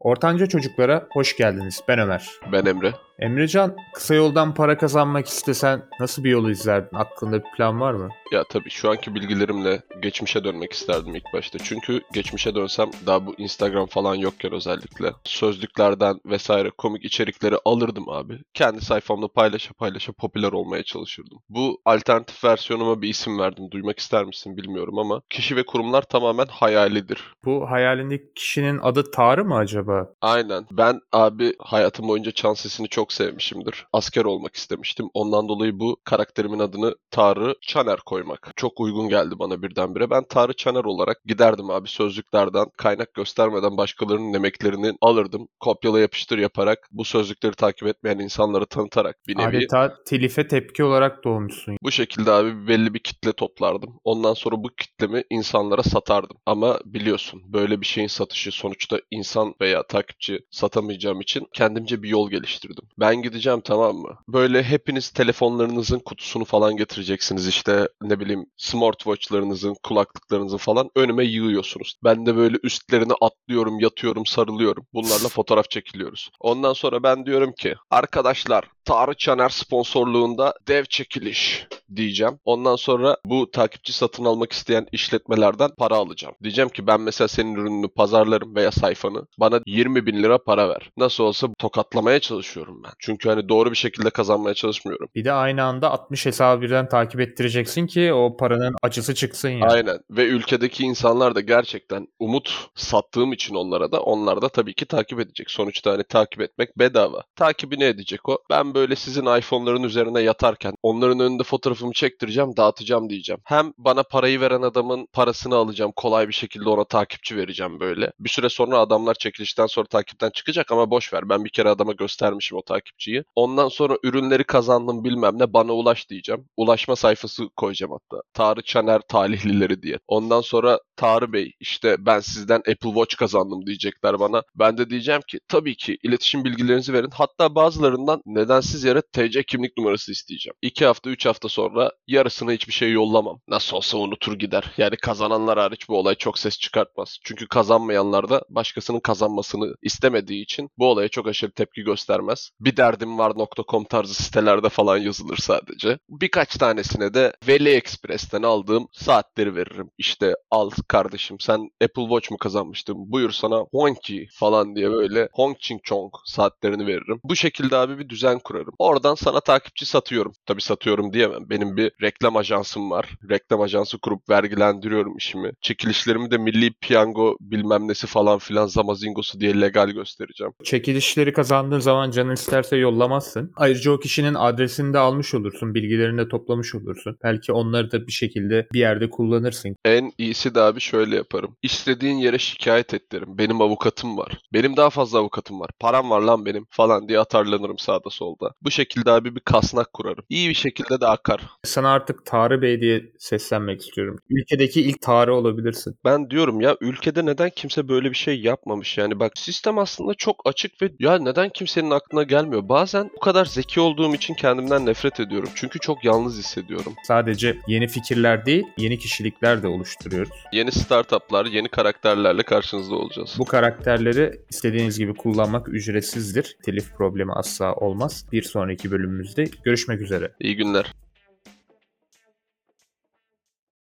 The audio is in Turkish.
Ortanca çocuklara hoş geldiniz. Ben Ömer. Ben Emre. Emrecan, kısa yoldan para kazanmak istesen nasıl bir yolu izlerdin? Aklında bir plan var mı? Ya tabii şu anki bilgilerimle geçmişe dönmek isterdim ilk başta. Çünkü geçmişe dönsem daha bu Instagram falan yokken özellikle sözlüklerden vesaire komik içerikleri alırdım abi. Kendi sayfamda paylaşa popüler olmaya çalışırdım. Bu alternatif versiyonuma bir isim verdim. Duymak ister misin bilmiyorum ama kişi ve kurumlar tamamen hayalidir. Bu hayalindeki kişinin adı Tarı mı acaba? Aynen. Ben abi hayatım boyunca çan sesini çok sevmişimdir. Asker olmak istemiştim. Ondan dolayı bu karakterimin adını Tarı Çaner koymak çok uygun geldi bana birdenbire. Ben Tarı Çaner olarak giderdim abi sözlüklerden kaynak göstermeden başkalarının emeklerini alırdım. Kopyala yapıştır yaparak bu sözlükleri takip etmeyen insanları tanıtarak bir nevi Adeta telife tepki olarak doğmuşsun. bu şekilde abi belli bir kitle toplardım. Ondan sonra bu kitlemi insanlara satardım. Ama biliyorsun böyle bir şeyin satışı sonuçta insan veya takipçi satamayacağım için kendimce bir yol geliştirdim. Ben gideceğim, tamam mı? Böyle hepiniz telefonlarınızın kutusunu falan getireceksiniz, işte ne bileyim smartwatchlarınızın, kulaklıklarınızın falan önüme yığıyorsunuz. Ben de böyle üstlerine atlıyorum, yatıyorum, sarılıyorum. Bunlarla fotoğraf çekiliyoruz. Ondan sonra ben diyorum ki arkadaşlar Tarık Çaner sponsorluğunda dev çekiliş diyeceğim. Ondan sonra bu takipçi satın almak isteyen işletmelerden para alacağım. Diyeceğim ki ben mesela senin ürününü pazarlarım veya sayfanı. Bana 20 bin lira para ver. Nasıl olsa tokatlamaya çalışıyorum ben. Çünkü hani doğru bir şekilde kazanmaya çalışmıyorum. Bir de aynı anda 60 hesabı birden takip ettireceksin ki o paranın acısı çıksın yani. Aynen. Ve ülkedeki insanlar da gerçekten umut sattığım için onlara da onlar da tabii ki takip edecek. Sonuçta hani takip etmek bedava. Takibini edecek o. Ben böyle sizin iPhone'ların üzerine yatarken onların önünde fotoğrafımı çektireceğim, dağıtacağım diyeceğim. Hem bana parayı veren adamın parasını alacağım. Kolay bir şekilde ona takipçi vereceğim böyle. Bir süre sonra adamlar çekilişten sonra takipten çıkacak ama boş ver. Ben bir kere adama göstermişim o takipçiyi. Ondan sonra ürünleri kazandım bilmem ne bana ulaş diyeceğim. Ulaşma sayfası koyacağım hatta. Tarık Çaner talihlileri diye. Ondan sonra Tarık Bey işte ben sizden Apple Watch kazandım diyecekler bana. Ben de diyeceğim ki tabii ki iletişim bilgilerinizi verin. Hatta bazılarından nedensiz yere TC kimlik numarası isteyeceğim. 2 hafta 3 hafta sonra yarısına hiçbir şey yollamam. Nasıl olsa unutur gider. Yani kazananlar hariç bu olay çok ses çıkartmaz. Çünkü kazanmayanlar da başkasının kazanmasını istemediği için bu olaya çok aşırı tepki göstermez. Bir derdim var.com tarzı sitelerde falan yazılır sadece. Birkaç tanesine de Veli Express'ten aldığım saatleri veririm. İşte al kardeşim sen Apple Watch mu kazanmıştın? Buyur sana Honki falan diye böyle Hong Ching Chong saatlerini veririm. Bu şekilde abi bir düzen kurarım. Oradan sana takipçi satıyorum. Tabii satıyorum diyemem. Benim bir reklam ajansım var. Reklam ajansı kurup vergilendiriyorum işimi. Çekilişlerimi de Milli Piyango bilmem nesi falan filan zamazingosu diye legal göstereceğim. Çekilişleri kazandığın zaman canın isterse yollamazsın. Ayrıca o kişinin adresini de almış olursun, bilgilerini de toplamış olursun. Belki onları da bir şekilde bir yerde kullanırsın. En iyisi de abi şöyle yaparım. İstediğin yere şikayet et derim. Benim avukatım var. Benim daha fazla avukatım var. Param var lan benim falan diye atarlanırım sağda solda. Bu şekilde abi bir kasnak kurarım. İyi bir şekilde de akar. Sana artık Tarı Bey diye seslenmek istiyorum. Ülkedeki ilk Tarı olabilirsin. Ben diyorum ya ülkede neden kimse böyle bir şey yapmamış? Yani bak sistem aslında çok açık ve ya neden kimsenin aklına gelmiyor? Bazen bu kadar zeki olduğum için kendimden nefret ediyorum. Çünkü çok yalnız hissediyorum. Sadece yeni fikirler değil, yeni kişilikler de oluşturuyoruz. Yeni startuplar, yeni karakterlerle karşınızda olacağız. Bu karakterleri istediğiniz gibi kullanmak ücretsizdir. Telif problemi asla olmaz. Bir sonraki bölümümüzde görüşmek üzere. İyi günler.